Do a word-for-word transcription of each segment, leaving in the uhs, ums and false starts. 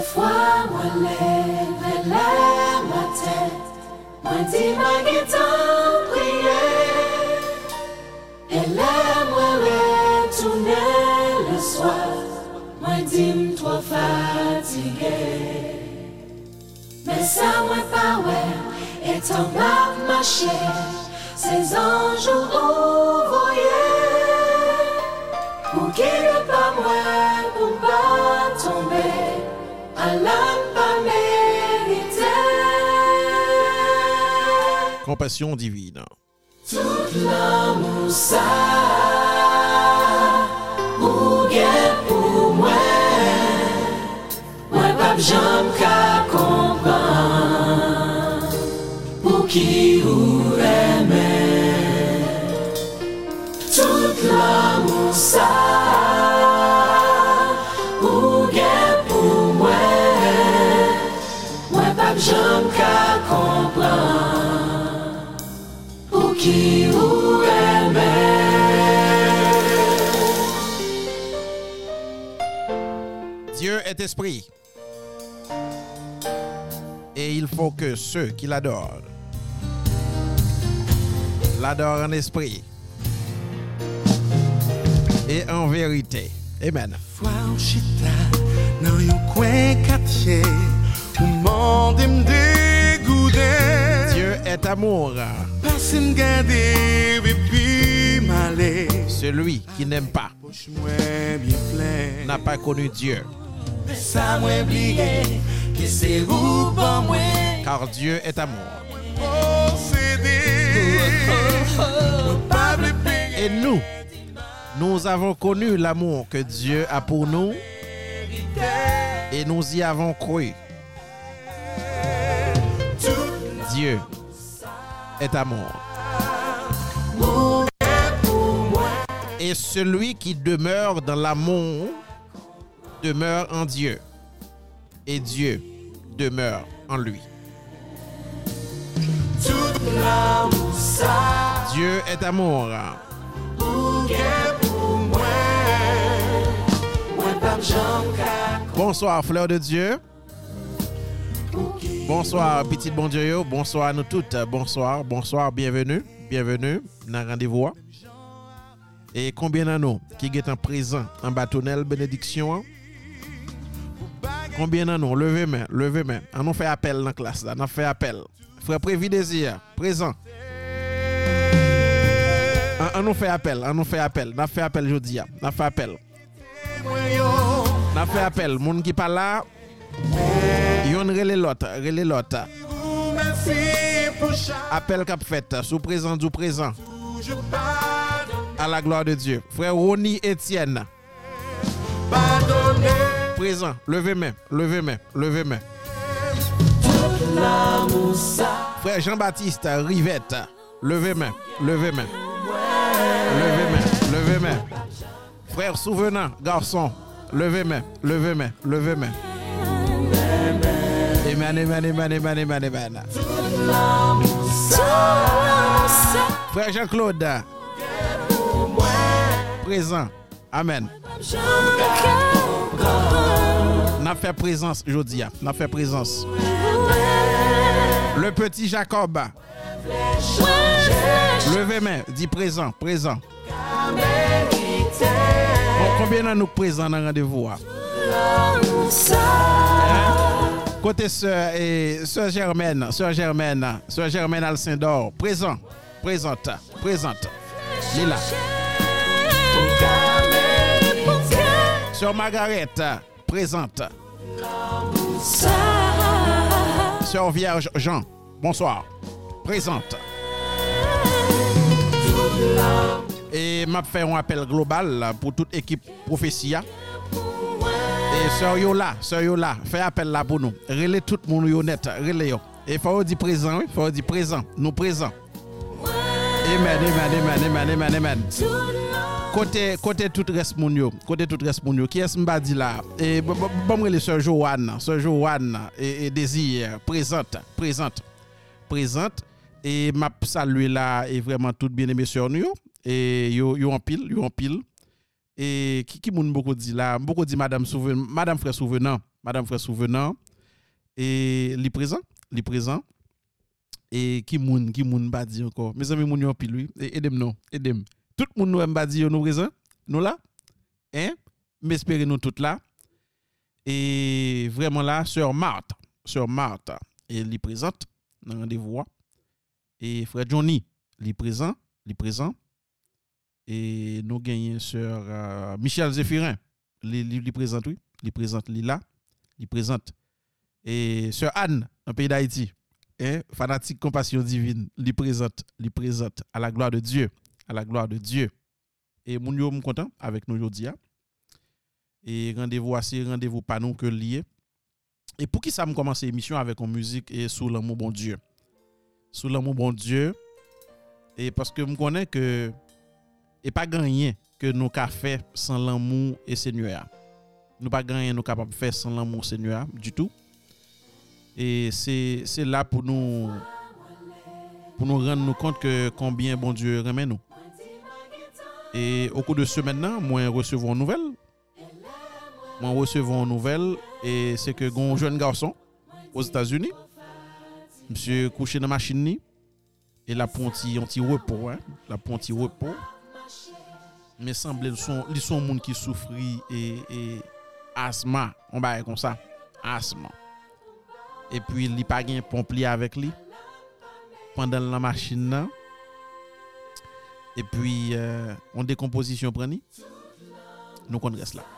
Des fois, moi lève ma tête, moi dis ma guitare prier, et là, moi retourner le soir, moi dis trop fatigué. Mais ça, moi pas ouais, et t'en bas ma chère, ces anges envoyés, pour guider pas moi, pour pas tomber, à l'âme pas méritée. Compassion divine. Toute l'amour ça, ou bien pour moi, moi pas j'aime qu'à comprendre, pour qui ou aimer. Toute l'amour ça, ou bien pour moi, moi pas j'aime qu'à comprendre. Qui vous aimez. Dieu est esprit. Et il faut que ceux qui l'adorent l'adorent en esprit et en vérité. Amen. Dieu est amour. Celui qui n'aime pas n'a pas connu Dieu. Car Dieu est amour. Et nous, nous avons connu l'amour que Dieu a pour nous et nous y avons cru. Dieu est amour. Et celui qui demeure dans l'amour demeure en Dieu. Et Dieu demeure en lui. Dieu est amour. Bonsoir, fleur de Dieu. Bonsoir, petit bon Dieu. Bonsoir à nous toutes. Bonsoir, bonsoir, bienvenue. Bienvenue dans le rendez-vous. Et combien d'entre nous qui sont présents en bâtonnelle bénédiction? Combien d'entre nous? Levez main, levez main. On nous fait appel dans la classe. On fait appel. Frère Prévi Désir, présent. On nous fait appel, on nous fait appel. On fait appel aujourd'hui. On fait appel. On fait appel. Moun qui parle là, yon relé l'autre, relé l'autre. Appel qu'a fait, sous présent du présent. À la gloire de Dieu. Frère Roni Etienne. Présent, levez main, levez main, levez main. Frère Jean-Baptiste Rivette, levez main, levez main. Levez main, levez main. Frère Souvenant, garçon, levez main, levez main, levez main. Amen, amen, amen, amen, amen, amen. Frère Jean-Claude, présent. Amen. N'a fait présence aujourd'hui. N'a fait présence. Le petit Jacob. Levez main, dit présent, présent. Bon, combien de nous présents dans le rendez-vous? Hein? Côté sœur et sœur Germaine, sœur Germaine, sœur Germaine Alcindor, présent, présente, présente. Lila. Sœur Margaret, présente. Sœur Vierge Jean, bonsoir, présente. Et m'a fait un appel global pour toute équipe prophétia. Et sœur Yola, sœur Yola, fait appel là pour nous. Relais tout le monde honnête, relais yo. Et faut dire présent, oui, faut dire présent, nous présents. Amen, amen, amen, amen, amen, amen. Côté côté tout reste moun yo, côté tout reste moun yo. Qui est-ce m'ba dit là? Et bon bon les sœur Joanne, sœur Joanne et, et Désir présente, présente, présente. Et m'a salué là et vraiment tout bien aimé sœur nous et yo yo en pile, yo en pile. Et qui qui moun beaucoup dit là, beaucoup dit madame Souvenant, madame frère Souvenant, madame frère Souvenant et li présent, li présent. Et qui moun qui moun ba di encore. Mes amis moun yo pile lui, aidez-moi non, aidez-moi. Tout moun nou ba di nous présent, nous là. Hein? M'espérer nous toutes là. Et vraiment là, sœur Marthe, sœur Marthe, et li présente dans rendez-vous. Et frère Johnny, li présent, li présent. Et nous gagnons sœur euh, Michel Zéphirin, li, li, li présente oui, li présente li là, li présente. Et sœur Anne, dans le pays d'Haïti, hein, fanatique compassion divine, li présente, li présente à la gloire de Dieu, à la gloire de Dieu. Et moun yo m content avec nous aujourd'hui. Et rendez-vous assez, rendez-vous pas nous que lié. Et pour qui ça me commence l'émission avec une musique et sous l'amour bon Dieu. Sous l'amour bon Dieu. Et parce que je connais que et pas gagner que nous ka fait sans l'amour et Seigneur. Nous pas gagner nous capable faire sans l'amour Seigneur du tout. Et c'est c'est là pour nous pour nous rendre nous compte que combien bon Dieu remet nous. Et au cours de ce maintenant, moi recevons une nouvelle. Moi recevons une nouvelle et c'est que un jeune garçon aux États-Unis, monsieur couché dans la machine et la ponti un petit repos hein, la ponti repos. Mais semble sont ils sont monde qui souffrit et et asthme, on va comme ça, asthme. Et puis il pas gain pompier avec lui pendant la machine là. Et puis euh, on décomposition prend nous qu'on reste là.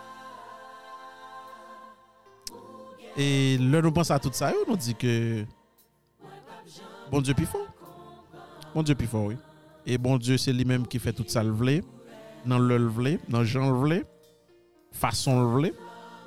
Et là, nous pensons à tout ça, on nous dit que bon Dieu plus fort. Bon Dieu plus fort, oui. Et bon Dieu, c'est lui-même qui fait tout ça le vle, dans le vle, dans Jean le vle, façon le vle.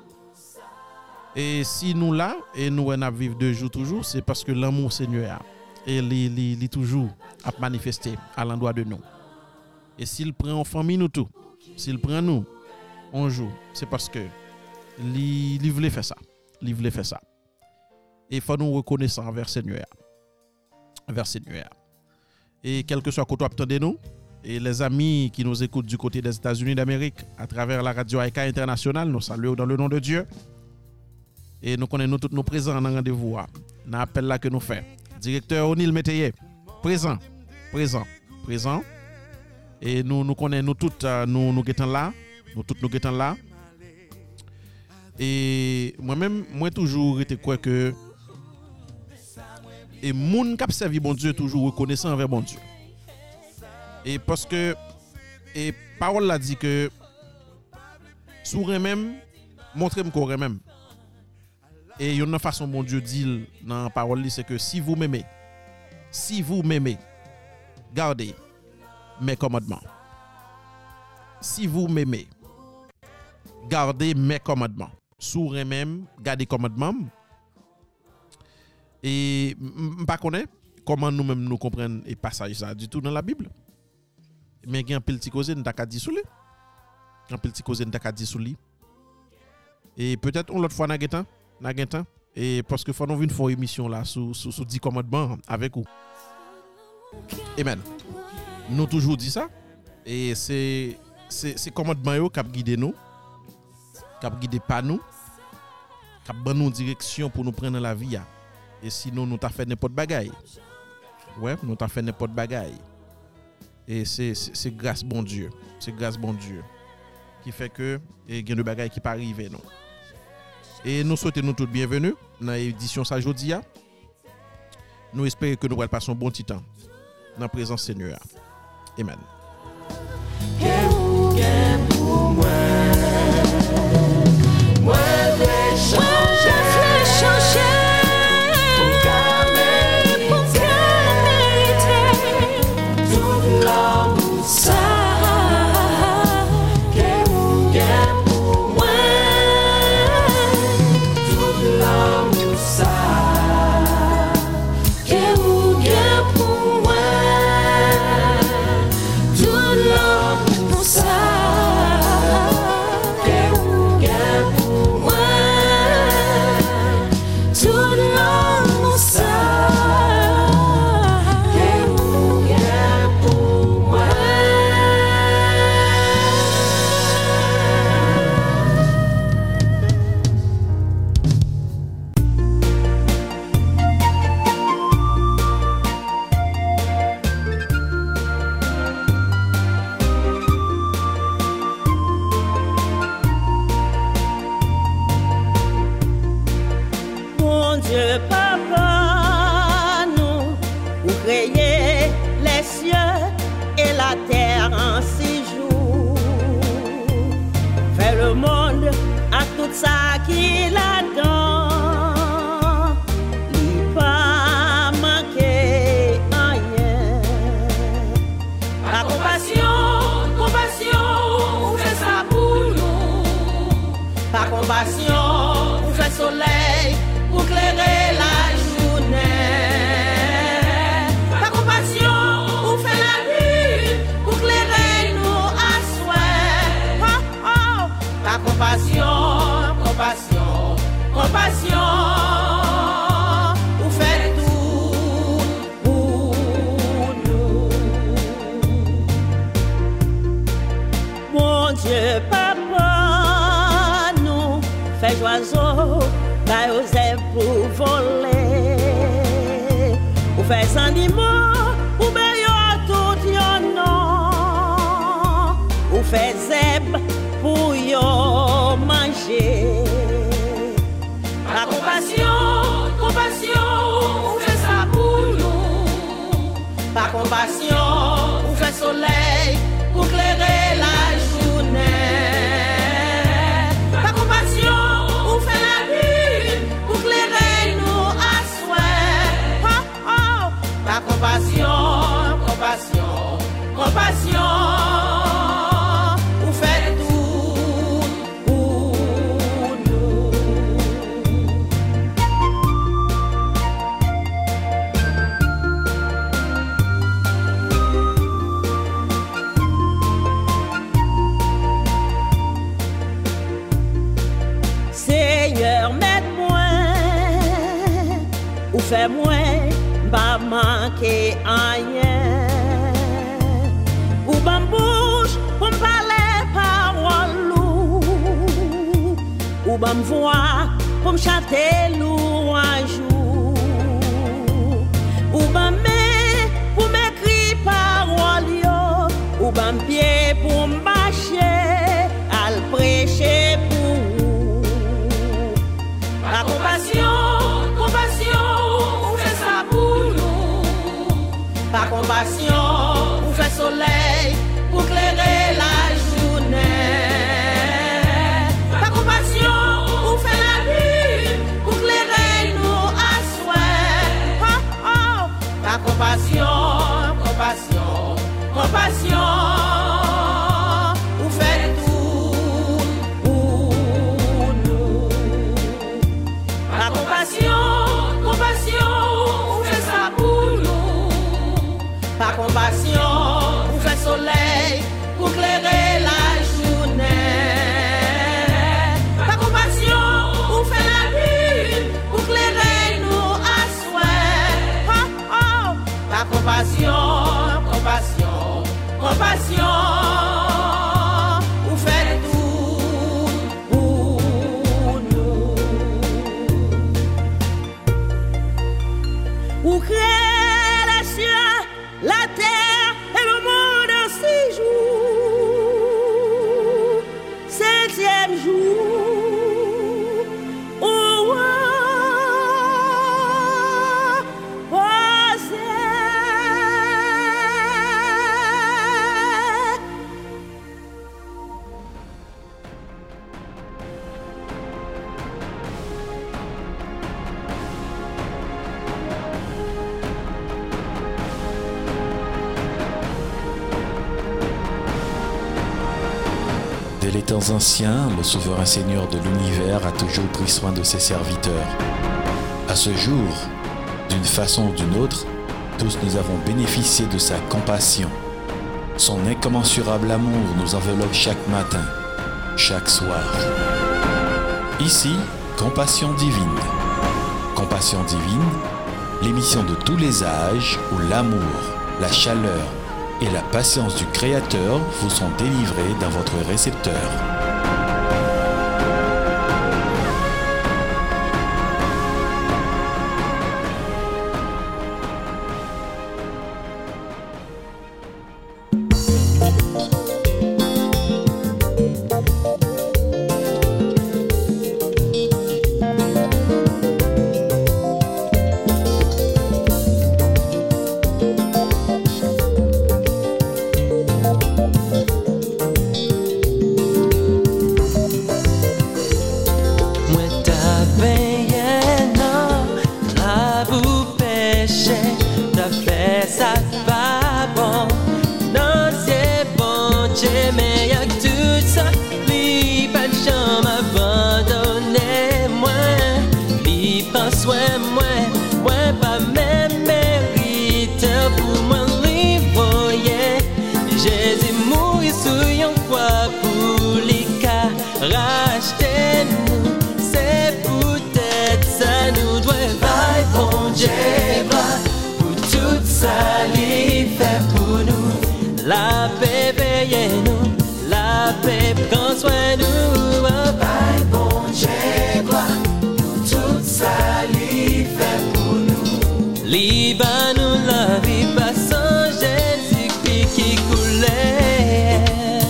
Et si nous là, et nous on a vivre deux jours toujours, c'est parce que l'amour Seigneur, et il est toujours à manifester à l'endroit de nous. Et s'il prend en famille nous tout, s'il prend nous, on joue, c'est parce que il voulait faire ça. Il voulait faire ça. Et il faut nous reconnaître envers Seigneur. Envers Seigneur. Et quel que soit côté attendez nous, et les amis qui nous écoutent du côté des États-Unis d'Amérique, à travers la radio Aïka International, nous saluons dans le nom de Dieu. Et nous connaissons tous nos présents dans le rendez-vous. Dans l'appel là que nous faisons. Directeur O'Neill Métayer, présent, présent, présent. Et nous nous connaissons nous tous, nous nous étant là, nous tous nous étant là. Et moi-même, moi toujours été quoi que et moun qui servi bon Dieu toujours reconnaissant envers bon Dieu. Et parce que et parole l'a dit que sourire même montrez-moi qu'on même. Et il y a une façon bon Dieu dit dans la parole c'est que si vous m'aimez, si vous m'aimez, gardez mes commandements. Si vous m'aimez, gardez mes commandements. Sourire même, gardez commandements. Et je ne connais pas comment nous-mêmes nous comprenons et passage ça du tout dans la Bible. Mais il y a un petit cause qui t'a dit sous lui. Un petit cause qui t'a dit sous lui. Et peut-être on l'autre fois n'a temps, n'a temps et parce que faut nous venir faire une émission là sous sous sous dix commandements avec vous. Amen. Nous toujours dit ça et c'est c'est c'est commandement yo qui guider nous, qui guider pas nous, qui ban nous direction pour nous prendre la vie. Et sinon nous t'a fait n'importe bagaille. Ouais, nous t'a fait n'importe bagaille. Et c'est c'est, c'est grâce bon Dieu, c'est grâce bon Dieu qui fait que et gain de bagaille qui pas arriver non. Et nous souhaitons nous tous bienvenue dans l'édition ça aujourd'hui. Nous espérons que nous allons passer un bon petit temps dans la présence Seigneur. Amen. Tout l'homme ça qui là-dedans, il pas manqué rien. La compassion, compassion, on fait ça pour nous. Par compassion, on fait soleil pour éclairer la journée. Par compassion, on fait la lune pour éclairer nous à souhait. Oh, oh. Par compassion, compassion, compassion, on fait tout pour nous. Mon Dieu, papa, nous fait oiseau, bah aux ailes pour voler. Ou fait animaux, ou meilleur tout yon non. Ou fait zèbre pour yon manger. La compassion, compassion, on fait ça pour nous. Par compassion, ou fait soleil pour éclairer la journée. Par compassion, on fait la lune pour éclairer nous à souhait. Oh, oh. Par compassion, compassion, compassion, on fait tout pour nous. Seigneur, m'aide-moi, ou fais-moi, pas manquer rien. Ou ban bouche pour me parler parole lou. Ou ban voix pour me chanter louange. Ou ban main pour m'écrire parole yo. Ou ban pied pour marcher, al prêcher pour vous. La compassion, compassion, on fait ça pour nous. Par compassion, on fait soleil pour éclairer la journée. Par compassion, on fait la lune pour éclairer nous à souhait. Oh, oh. Par compassion, compassion, compassion, on fait tout pour nous. Par compassion, compassion, on fait ça pour nous. Par compassion, on fait soleil pour éclairer la journée. Par compassion, on fait la lune pour éclairer nous à souhait. Oh, oh. Par compassion, compassion, compassion, on fait tout pour nous. Ou créer les cieux, la terre et le monde en six jours. Septième jour, oh, oh, posé. Dès les temps anciens, le souverain Seigneur de l'univers a toujours pris soin de ses serviteurs. À ce jour, d'une façon ou d'une autre, tous nous avons bénéficié de sa compassion. Son incommensurable amour nous enveloppe chaque matin, chaque soir. Ici, Compassion divine. Compassion divine, l'émission de tous les âges où l'amour, la chaleur et la patience du Créateur vous sont délivrés dans votre récepteur. racheter nous, c'est peut-être ça nous doit vaille bon Dieu gloire pour tout ça lui fait pour nous. La paix veille nous, la paix prend soin nous. Vaille bon Dieu gloire pour tout ça lui fait pour nous. Liban nous la vie pas sans Jésus-Christ qui coulait.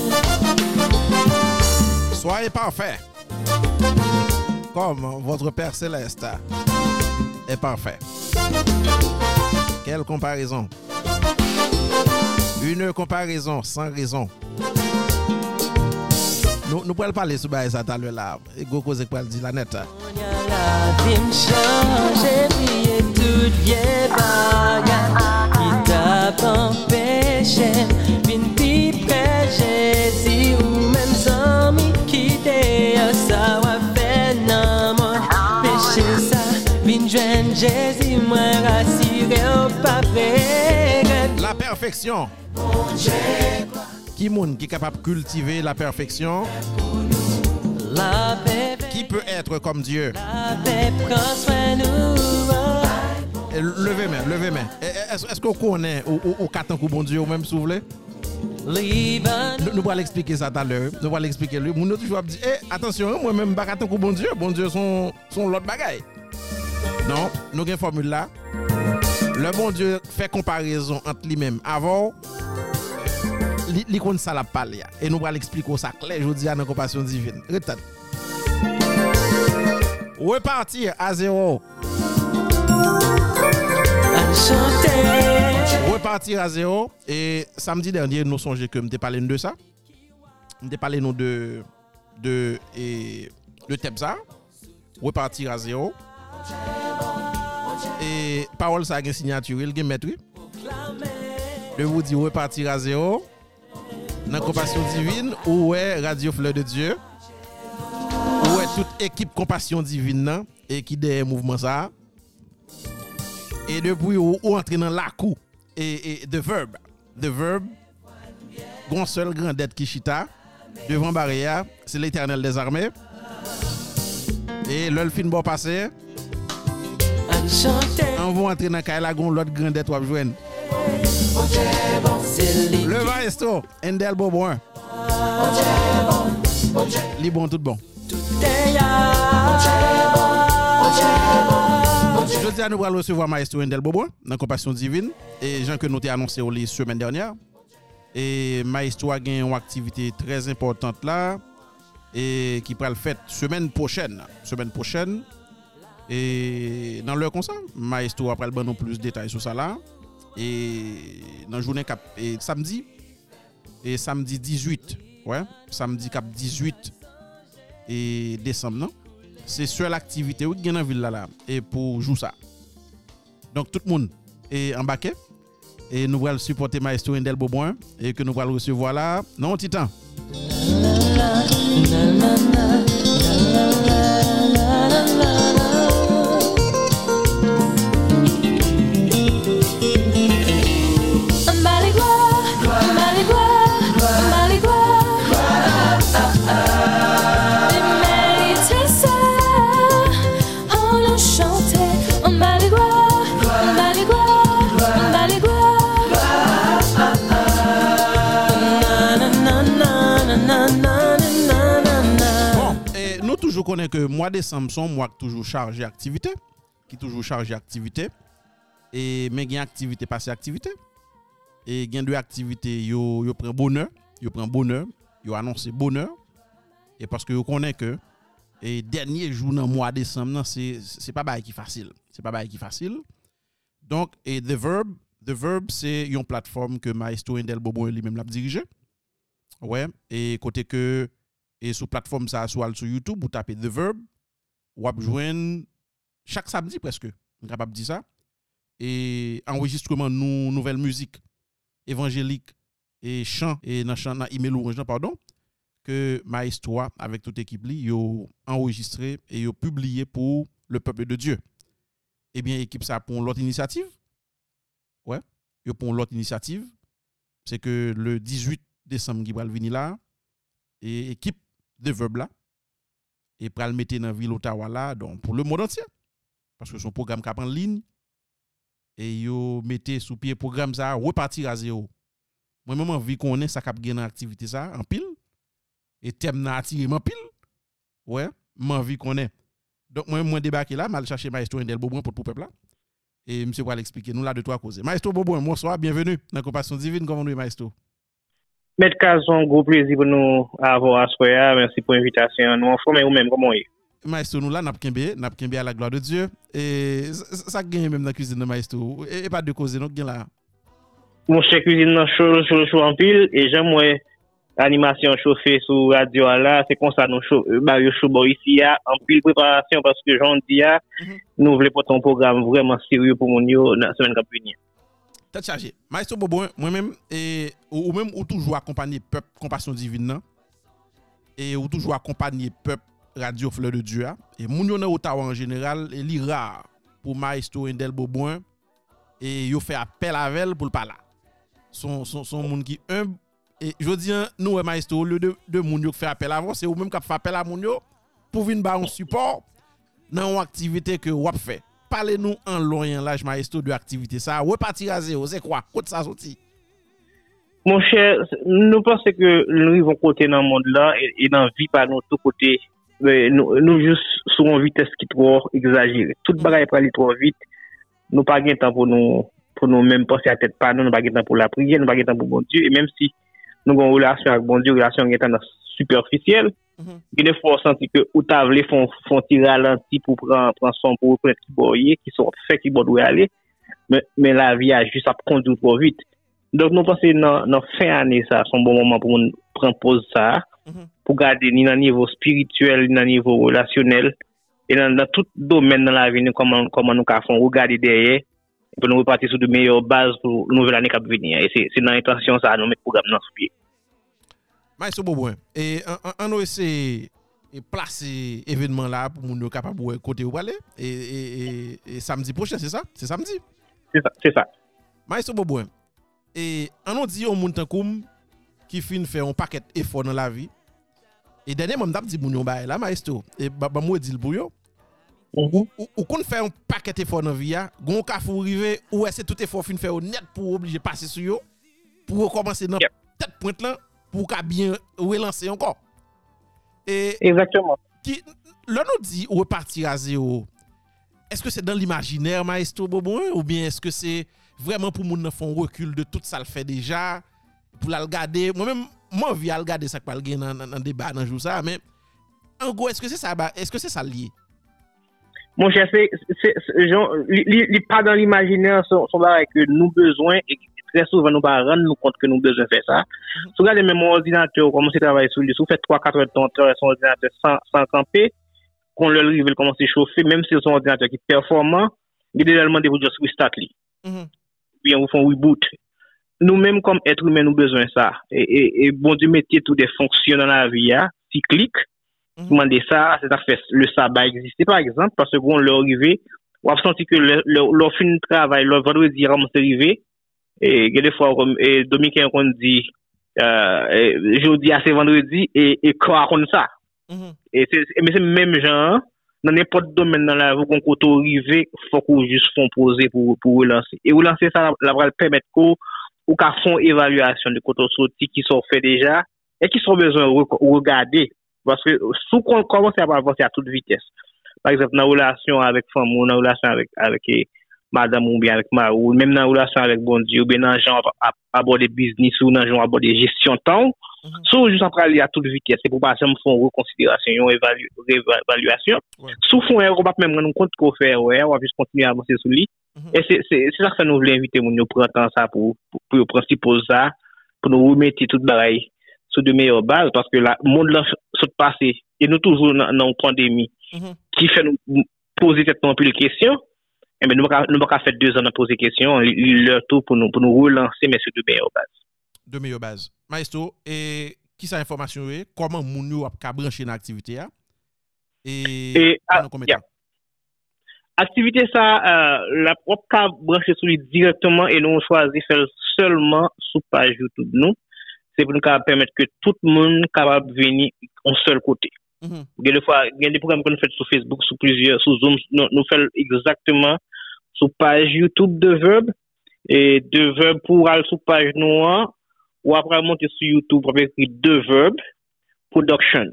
Soyez parfaits, comme votre Père Céleste est parfait. Quelle comparaison! Une comparaison sans raison. Nous, nous pouvons parler sur ça tout à l'heure là. Et go cause pour dire la net. On y a la vie me change, briller toute vieille bagarre qui t'a empêché. Vine plus près Jésus ou même amis qui t'est ça va faire non mon péché ça. Vine joindre Jésus moi rassuré au pas près. La perfection. Qui monde qui est capable de cultiver la perfection? La paix, Qui peut être comme Dieu? la paix prend soin nous. Et levez main, levez main. Est-ce est-ce qu'on connaît ou ou ou quatre bon Dieu ou même si vous voulez? Liban Nous nous allons expliquer ça tout à l'heure. Nous allons expliquer lui. Nous toujours dit eh attention, moi même pas quatre bon Dieu, bon Dieu sont sont l'autre bagaille. Non, nous avons une formule là. Le bon Dieu fait comparaison entre lui-même avant li kon ça la parler et nous allons expliquer ça clair aujourd'hui dans compassion divine. Retard. Repartir à zéro. Repartir à zéro. Et samedi dernier, nous songeons que nous parlé de ça. Nous parlé de de et de thème ça. Repartir à zéro. Et parole ça a une signature, il y a une maître. Je vous dis repartir à zéro. Dans compassion divine ou est Radio Fleur de Dieu. Ou est toute équipe compassion divine nan, et qui derrière mouvement ça. Et depuis ou, ou entrer dans la coup et, et de verbe, de verbe, gon seul grand dette qui chita devant barrière, c'est l'Éternel des armées. Et le fin bon passé, on va entrer dans la gon l'autre grand dette ou joindre. Le maestro Endel Bobouin. Li bon tout bon. Je dis à nous allons recevoir maestro Endel Bobouin dans Compassion Divine et gens que nous t'ai annoncé la semaine dernière. Et maestro a une activité très importante là et qui pourra le faire semaine prochaine, semaine prochaine. Et dans leur concert, maestro après le bon plus de détails sur ça là. Et dans journée cap et samedi et samedi dix-huit ouais samedi cap dix-huit et décembre non c'est seule activité où gagne dans ville là là et pour jouer ça donc tout le monde est embarqué et nous allons supporter maestro Endel Bobouin et que nous allons recevoir là non titan je connais que mois de décembre sont mois toujours chargé activité qui toujours chargé activité et mais gain activité passer activité et gain deux activités yo yo prend bonheur yo prend bonheur yo annonce bonheur et parce que yo connaît que et dernier jour dans mois de décembre c'est c'est pas bail qui facile c'est pas bail qui facile donc et The Verb The Verb c'est une plateforme que maestro Endel Bobouin lui-même l'a dirigé ouais et côté que et sur plateforme ça sur sur YouTube vous tapez The Verb ou vous joindre chaque samedi presque on capable dire ça et enregistrement nous nouvelle musique évangélique et chant et dans chant dans email orange pardon que maestro avec toute équipe li yo enregistré et yo publié pour le peuple de Dieu. Eh bien équipe ça pour l'autre initiative. Ouais, yo pour l'autre initiative, c'est que le dix-huit décembre qui va venir là et équipe de Verb là et pour le mettre dans la ville d'Ottawa là, donc pour le monde entier. Parce que son programme qui en ligne, et yo mettez sous pied programme ça, repartir à zéro. Moi-même, envie qu'on ait ça cap gagner activité ça, en pile, et thème n'a attiré en pile. Ouais, m'envie qu'on ait. Donc, moi, moi, débarqué là, mal chercher Maestro Indel Bobouin pour tout le peuple là. Et monsieur va l'expliquer, nous là de trois causes. Maestro Bobouin, bonsoir, bienvenue dans la Compassion Divine, comment nous, Maestro? Maître Cazon, gros plaisir pour nous avoir à soir. Merci pour l'invitation. Nous informer vous-même comment est. Maestro, nous là, n'a pas n'a pas à la gloire de Dieu. Et ça gagne même dans la cuisine de Maestro. Et pas de cause, nous gagne là. Mon cher cuisine dans chaud, chaud, chaud en pile. Et j'aime moi animation chauffée sur radio là. C'est comme ça nous chaud, bah yo chaud ici en pile préparation parce que j'en dis à nous voulons porter un programme vraiment sérieux pour mon yo dans la semaine qui vient. T'as chargé. Maestro Bobouin, moi-même, et ou même ou toujours accompagner peuple Compassion Divine nan, et ou toujours accompagner peuple Radio Fleur de Dieu et moun yo dans Ottawa en général, et li rare pour Maestro Indel Bobouin et yo fait appel à elle pour le parler. Son son son monde qui humble et je dis nous Maestro le de de moun yo fait appel à vous, c'est ou même qui fait appel à moun yo pour venir ba un support dans une activité que ou a fait. Parlez-nous en long et en large, Maestro, de l'activité. Ça, repartir à zéro, c'est quoi? Côté ça sorti? Mon cher, nous pensons que nous vivons côté dans le monde là et, et dans la vie par nous, tout côté. Nous, nous juste sur une vitesse qui est trop exagérée. Tout le bagage est trop vite. Nous n'avons pas de temps pour nous, pour nous même penser à tête pas nous, nous n'avons pas de temps pour la prière, nous n'avons pas de temps pour bon Dieu. Et même si nous avons une relation avec bon Dieu, une relation qui est superficielle, mm-hmm. Il faut sentir que ou t'as voulu font font tirer ralenti pour prendre prendre son pour connaître qui boyer qui sont fait qui doit aller mais mais la vie a juste à conduire trop vite. Donc nous pensons dans dans fin année ça c'est un bon moment pour nous prendre pause ça mm-hmm. pour garder ni dans niveau spirituel ni dans niveau relationnel et dans, dans tout domaine dans la vie nous comment comment nous ca font regarder derrière pour nous repartir sur de meilleures bases pour nouvelle année qui venir et c'est c'est dans l'intention ça nous mettre programme dans ce pied. Maestro Bobouin, et on a essayé de placer l'événement là pour nous capable de côté où aller et, et, et, et samedi prochain, c'est ça? C'est samedi? C'est ça, c'est ça. Maestro Bobouin, et on a dit au monde qui fin fait un paquet d'efforts dans la vie. Et dernièrement, on a dit moun ba là Maestro, et ba moi dit pour yo. Ou ou qu'on fait un paquet d'efforts dans la vie, gon ka faut arriver ou est-ce tout effort fin faire net pour obliger passer sur yo pour recommencer dans tête pointe là. Pour qu'à bien relancer encore. Et exactement. Qui là nous dit repartir à zéro. Est-ce que c'est dans l'imaginaire Maestro Bobouin ou bien est-ce que c'est vraiment pour moun font recul de tout ça le fait déjà pour la regarder moi-même moi envie à regarder ça pas le gain dans dans débat dans jour ça mais en gros est-ce que c'est ça est-ce que c'est ça lié? Mon cher c'est c'est genre li pas dans l'imaginaire sont sont là que nous besoin et très souvent nous pas rendre nous compte que nous besoin faire ça. Mm-hmm. Si vous regardez même mon ordinateur commencer à travailler sur lui, si vous faites trois quatre heures de temps sur son ordinateur sans sans camper, qu'on le rive commencer à chauffer même si c'est son ordinateur qui est performant, il est déjà demandé pour juste restart lui. Mm-hmm. Puis on vous fait un reboot. Nous-mêmes comme êtres humains nous besoin ça et et, et bon Dieu mettez tout des fonctions dans la vie là, cyclique. Mm-hmm. Demander ça, c'est ça fait le sabbat exister par exemple parce que on leur arrivé, on a senti que le leur fin de travail le vendredi ramasse arrivé. Et des fois et Dominicain qu'on dit euh jeudi à c'est vendredi et et quoi comme ça mm-hmm. et c'est mais c'est même genre dans n'importe domaine dans la vie qu'on côté arrivé faut qu'on juste font poser pour pour relancer et relancer ça la va permettre qu'on ou qu'à font évaluation de côté sorti qui sont fait déjà et qui sont besoin regarder parce que sous qu'on commence à avancer à toute vitesse par exemple dans relation avec femme ou dans relation avec avec madame ou bien avec ma ou même dans relation avec bon Dieu ou bien dans genre aborder business ou dans genre aborder gestion temps sous juste après aller à toute vitesse c'est pour pas ça me font reconsidération évalu évaluation sous font on pas même rendre compte qu'on fait ouais on va juste continuer à avancer sur lui et c'est c'est c'est ça que nous voulons inviter mon prendre temps ça pour pour principal ça pour nous remettre toute bagaille sur de meilleures bases parce que la monde là saute passé et nous toujours dans une pandémie qui fait nous poser cette non plus de questions. Eh bien, nous ne pouvons pas faire deux ans à poser des questions, leur tour pour nous, pour nous relancer, mais sur de meilleures bases. De meilleures bases. Maestro, et qui ça information est? Comment Mounio a branché dans l'activité? Et, et à, yeah. Activité, ça, euh, la propre a branché sur lui directement et nous on choisit faire seulement sur page YouTube. Nous, c'est pour nous permettre que tout le monde capable de venir en seul côté. Mhm. Il y a des fois, il y a des programmes que nous faisons sur Facebook, sur plusieurs, sur Zoom, nous, nous faisons exactement sur page YouTube de Verb, et de Verb pour aller sur page noire, ou après monter sur YouTube pour écrire de Verb Productions.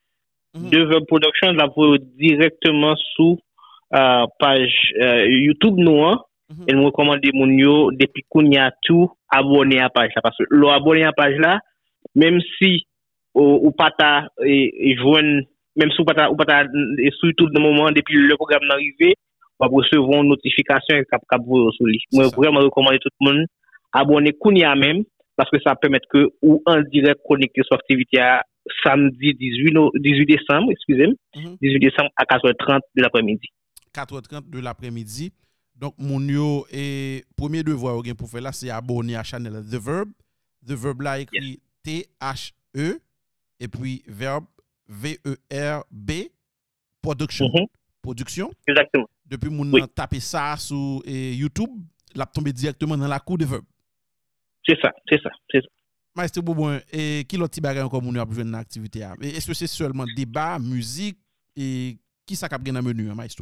Mhm. De Verb Productions, là, vous directement sur euh, page euh, YouTube noire, Mhm. et nous recommandons mon yo, depuis qu'on y a tout, abonner à la page là, parce que l'abonner à la page là, même si ou, ou pas ta et, et joindre même si ou pas ta ou pas ta et surtout de moment depuis le programme arrivé on va recevoir une notification cap cap sur lui. Moi C'est ça. vraiment recommander tout le monde abonner kounya même parce que ça permet que ou en direct connecté sur activité à samedi dix-huit no- dix-huit décembre, excusez-moi, Mhm. dix-huit décembre à quatre heures trente de l'après-midi. quatre heures trente de l'après-midi. Donc, mon yo, et premier devoir ou gen pour faire là, c'est abonner à la chaîne The Verb. The Verb là écrit T H E et puis Verb V E R B Production. Mhm. Production. Exactement. Depuis mon Oui. nan taper ça sur eh, YouTube, l'a tombé directement dans la cour de Verb. C'est ça, c'est ça, c'est ça. Maître Boubouin, et qui l'autre bagay encore mon yo a besoin d'une activité a? Et est-ce que c'est seulement débat, musique et qui ça cap gen dans menu, hein, Maestro?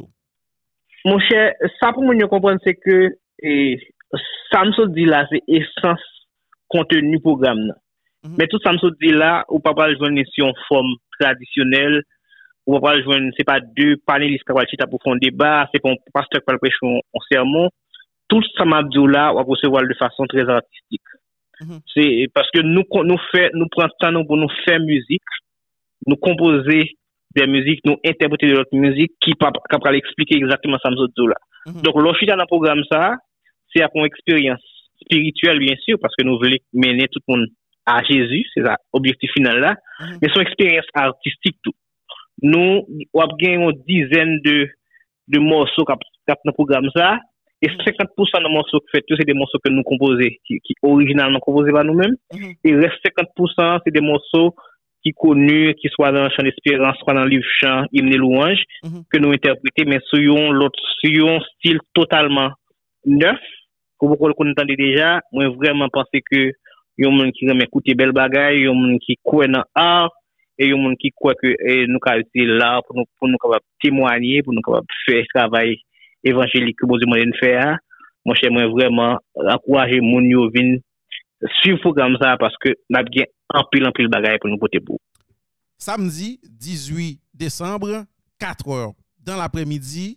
Mon cher, ça pour nous comprendre, c'est que et, ça me dit là, c'est essence contenu programme. nan. Mhm. Mais tout ça me dit là, ou pas pas joindre sur une forme traditionnelle, ou pas joindre, c'est pas deux panélistes qui vont chita pour faire un débat, c'est pas un pasteur qui va prêcher un un sermon. Tout ça m'a dit là, on va recevoir de façon très artistique. Mhm. C'est parce que nous, nous fait, nous prenons temps nous, pour nous faire musique, nous composer des musiques, nous interpréter de notre musique qui pas capable expliquer exactement ça me dit là. Mhm. Donc, lorsque dans le programme ça, c'est à une expérience spirituelle, bien sûr, parce que nous voulons mener tout le monde à Jésus, c'est l'objectif final là, Mhm. mais son expérience artistique tout. Nous, on a une dizaine de, de morceaux qui dans le programme ça, et cinquante pour cent des morceaux que fait, c'est des morceaux que nous composons, qui, qui originalement composés par nous-mêmes, Mhm. et le reste cinquante pour cent, c'est des morceaux qui connus, qui soient dans le chant d'espérance, soit dans le livre chant, hymne et louange, Mhm. que nous interprétons, mais sur un l'autre, sur un style totalement neuf, que vous connaissez déjà, moi vraiment penser que il y a un monde qui aime écouter belle bagaille, il y a un monde qui croit dans l'art, et il y a un monde qui croit que eh, nous avons été là pour nous, pour nous capables témoigner, pour nous capables faire travail évangélique que vous demandez de faire. Moi, j'aimerais vraiment encourager mon yo vin suivre le programme ça parce que nous avons un pile en pile bagaille pour nous porter pour. Samedi dix-huit décembre, quatre heures. Dans l'après-midi,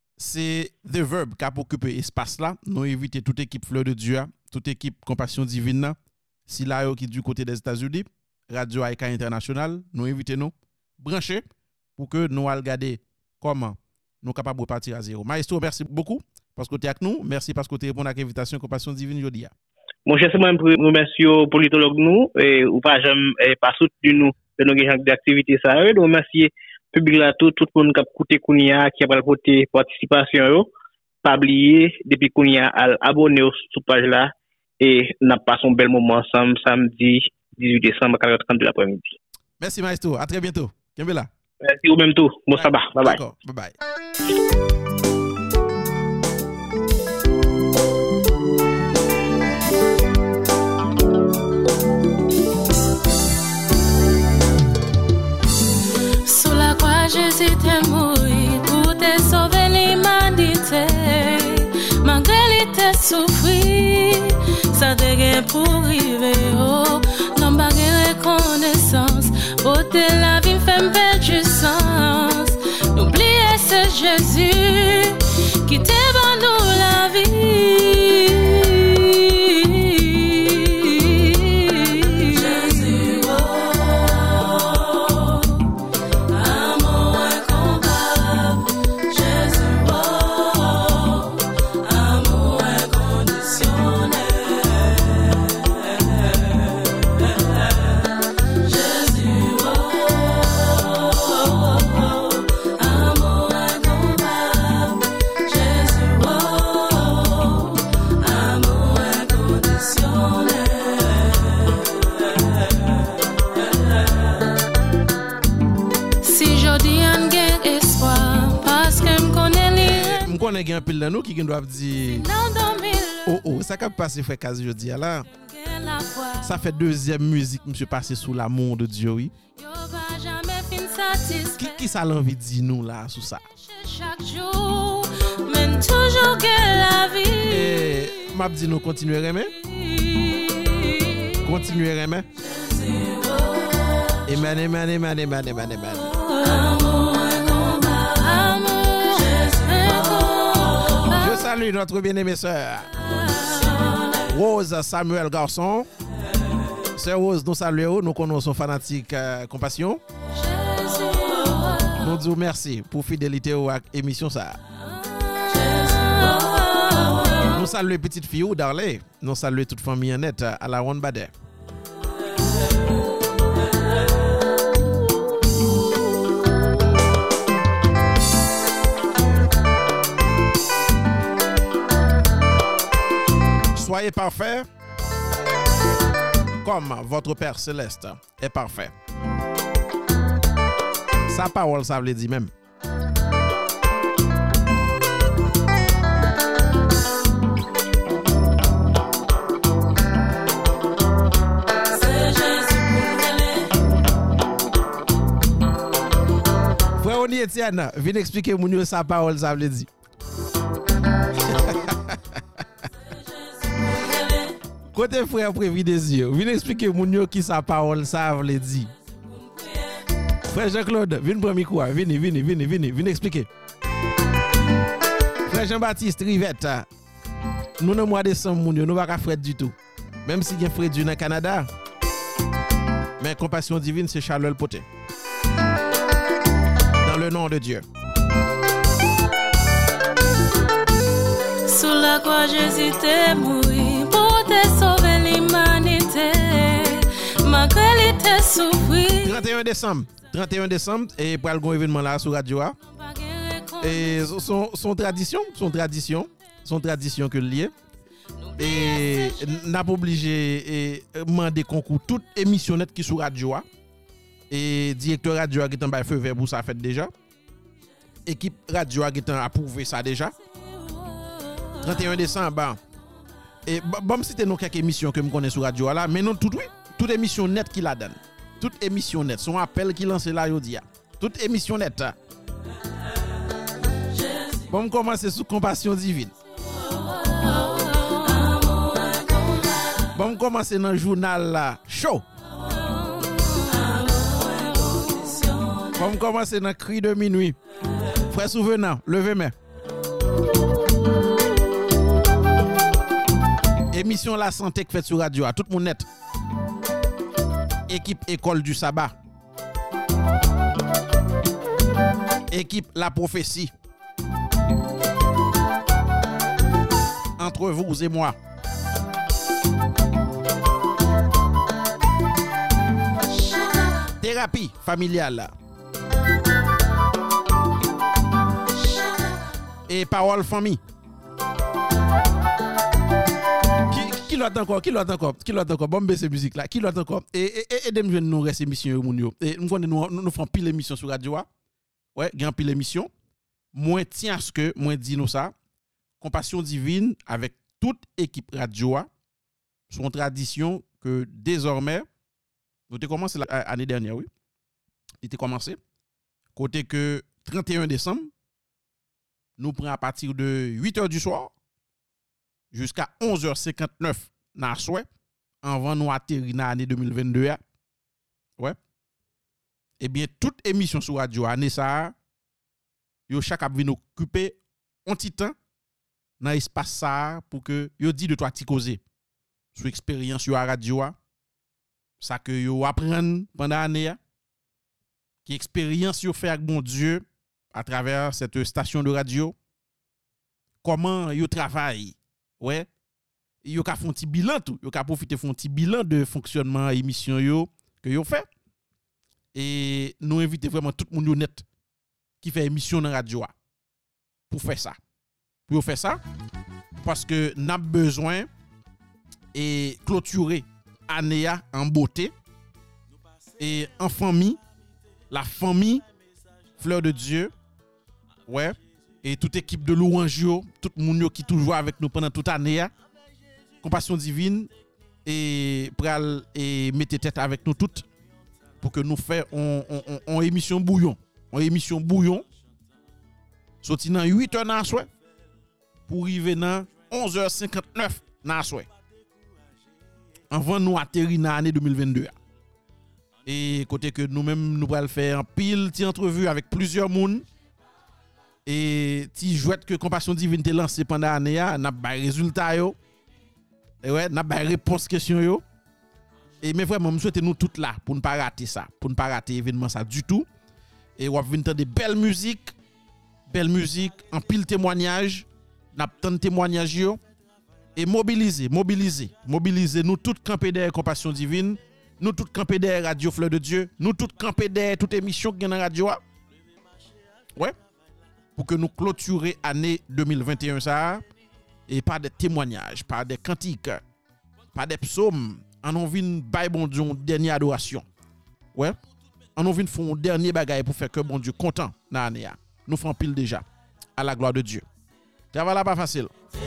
c'est The Verb qui a occupé l'espace là. Nous invitons toute équipe Fleur de Dieu, toute équipe Compassion Divine, là. Si là yo qui du côté des États-Unis, Radio Aïka International, nous invitons nous brancher pour que nous allons regarder comment nous sommes capables de repartir à zéro. Maestro, merci beaucoup parce que tu es avec nous. Merci parce que tu réponds à l'invitation Compassion Divine aujourd'hui. Mon cher, c'est moi qui remercie les politologues nous, et ou pas jamais pas soutenu nous de nos gens d'activité ça. Nous remercie le public là tout, tout le monde qui a écouté Kounia, qui a pas côté participation yo, pas oublier depuis Kounia à abonner sur page là et n'a passé un bel moment ensemble samedi dix-huit décembre à quatre heures trente de l'après-midi. Merci Maestro, à très bientôt. Kembela. Merci au même tout. Bon sabbat. Bye bye. D'accord, bye bye. Sous la croix, Jésus t'est mort pour te sauver l'humanité. Malgré il t'a souffert, ça te gagne pour arriver. Oh, non, pas de reconnaissance. Ôter la vie, fait me perdre du sens. N'oubliez, c'est Jésus qui t'a donné la vie. Jésus, oh, amour incomparable. Jésus, oh, amour inconditionnel. Jésus, oh, amour incomparable. Jésus, oh, amour inconditionnel. Si jodi an gen espoir, parce que m konnen li Je connais un pile de nous qui doivent dire nan dormir, oh oh, ça qui passe fait quasi jeudi là. gen la foi. Ça fait deuxième musique monsieur passé sous l'amour de Dieu oui. Yo pa jamais fin satisfait. Qui, qui ça l'envie de dire nous là sur ça? Chaque jour, mène toujours que la vie. Et m'a dit nous continuer aimer. Continuer aimer. Amen, amen, amen, amen, amen, amen. Je salue notre bien-aimée sœur Rose Samuel Garçon. Sœur Rose, nous saluons, nous connaissons fanatique euh, compassion. Nous disons merci pour fidélité à l'émission ça. Nous saluons petite fille ou Darley. Nous saluons toute famille honnête à la Ronde Badet. Soyez parfaits comme votre Père Céleste est parfait. Sa parole, ça veut dire même. Frère Oni Etienne, viens expliquer mon sa parole, ça veut dire. Côté frère prévu des yeux, viens expliquer mon qui sa parole, ça veut dire. Frère Jean-Claude, viens prendre micro, viens, viens, viens, viens, viens, viens expliquer. Frère Jean-Baptiste Rivette, nous dans mois de décembre, nous ne pas faire du tout. Même si il y a frère du dans Canada, mais compassion divine, c'est Charles Poté. Dans le nom de Dieu. Sous la croix, Jésus t'est mort pour te sauver l'humanité. Malgré il t'a souffert. trente et un décembre. trente et un décembre et pour le grand événement là sur Radio A. Et son, son tradition, son tradition, son tradition que lié. Et n'a pas obligé et demander concours toute émission net qui sur Radio A. Et directeur Radio A qui est en feu vert pour ça fait déjà. Équipe Radio A qui est approuvé ça déjà. trente et un décembre. Et bon c'était nous quelques émissions que me connais sur Radio A là, mais non tout oui, toute émission net qui la donne. Toute émission net, son appel qui lance là aujourd'hui. Toute émission net. Bon, on commence sous compassion divine. Bon, on commence dans le journal là, chaud. Bon, on commence dans cri de minuit. Frère Souvenant, levez main. Émission La Santé qui fait sur Radio A, tout le monde net. Équipe École du Sabbat. Équipe La Prophétie. Entre vous et moi. Thérapie familiale. Et parole famille. Qui l'autre encore, qui l'autre encore, qui l'autre encore, bon baisser musique là, qui l'autre encore. Et et et dem nous reste émission moun yo. Et nous nous nous font pile émission sur Radio A. Ouais, grand pile émission. Moins tiens à ce que moins dit nous ça. Compassion divine avec toute équipe Radio A. Son tradition que désormais nous avons commencé l'année dernière, oui. Il était commencé côté que trente et un décembre nous prenons à partir de huit heures du soir jusqu'à onze heures cinquante-neuf dans souhait avant nous atterrir dans l'année deux mille vingt-deux. Ouais. Eh bien toute émission sur radio année ça yo chaque a vinn occuper un petit temps dans espace ça pour que yo dit de toi ti causer sur expérience sur radio ça que yo apprendre pendant l'année qui expérience yo fait avec bon Dieu à travers cette station de radio comment yo travaille. Ouais, yo ka font petit bilan tout, yo ka profiter font petit bilan de fonctionnement émission yo que yo fait et nous inviter vraiment tout le monde net qui fait émission dans radio pour faire ça. Pour faire ça parce que n'a besoin et clôturer année en beauté et en famille, la famille Fleur de Dieu. Ouais. Et toute équipe de louange, tout le monde qui toujours avec nous pendant toute l'année, compassion divine et pral et mettez tête avec nous toutes pour que nous fassions on, on, on, on émission bouillon. On émission bouillon. Sorti dans huit heures dans soir pour arriver dans onze heures cinquante-neuf dans soir. Avant nous atterrir dans l'année deux mille vingt-deux. Et côté que nous-mêmes nous allons faire un pile de entrevue avec plusieurs monde et ti jouette que Compassion Divine te lancé pendant l'année a n'a pas résultat yo. Et ouais, n'a pas réponse question yo. Et mais vraiment, je souhaite nous toutes là pour ne pas rater ça, pour ne pas rater événement ça du tout. Et on va venir entendre de belles musiques, belles musiques, en pile témoignage, n'a tant de témoignages yo et mobiliser, mobiliser, mobiliser nous toutes camper derrière Compassion Divine, nous toutes camper derrière Radio Fleur de Dieu, nous toutes camper derrière toute émission qui est dans la radio. Ouais. Pour que nous clôturer année deux mille vingt et un ça et pas des témoignages, pas des cantiques, pas des psaumes. On a envie de bailler bon Dieu une dernière adoration. Ouais. On a envie de faire un dernier bagaille pour faire que bon Dieu content dans l'année. Nous faisons pile déjà à la gloire de Dieu. Ça va là pas facile.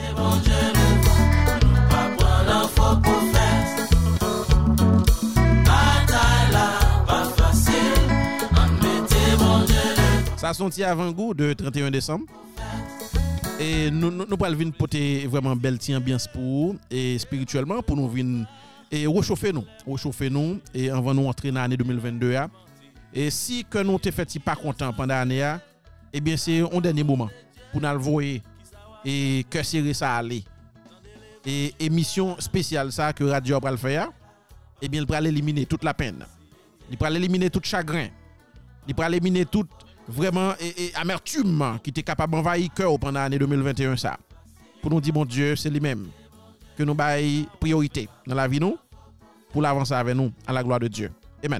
Ça sont avant-goût de trente et un décembre. Et nous nous nous allons venir porter vraiment belle ambiance pour et spirituellement pour nous venir et réchauffer nous, réchauffer nous et avant nous entrer dans l'année deux mille vingt-deux. Et si que nous te fait pas content pendant l'année, eh bien c'est un dernier moment pour nous voir et que serrer ça aller. Et émission spéciale ça que radio va le faire, eh bien il va éliminer toute la peine. Il va éliminer tout chagrin. Il va éliminer toute vraiment et, et amertume qui était capable d'envahir cœur pendant l'année deux mille vingt et un ça. Pour nous dire bon Dieu, c'est lui-même que nous baillons priorité dans la vie nous pour l'avancer avec nous à la gloire de Dieu. Amen.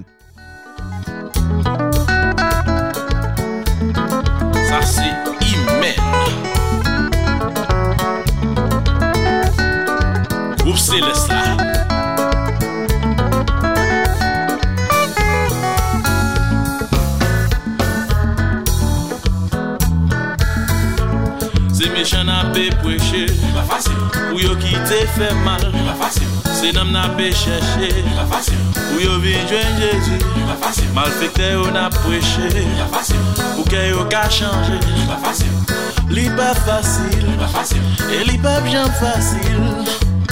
Ça c'est Imen. Groupe Céleste là. C'est méchant n'a pas prêché, pas facile. Ou yo qui te fait mal, pas facile. C'est n'am n'a pas cherché, pas facile. Ou yo vient joindre Jésus, pas facile. Malfecteur on a prêché, pas facile. Pour que yo ka changer, pas facile. Li pas facile, pas facile. Et li pas bien facile.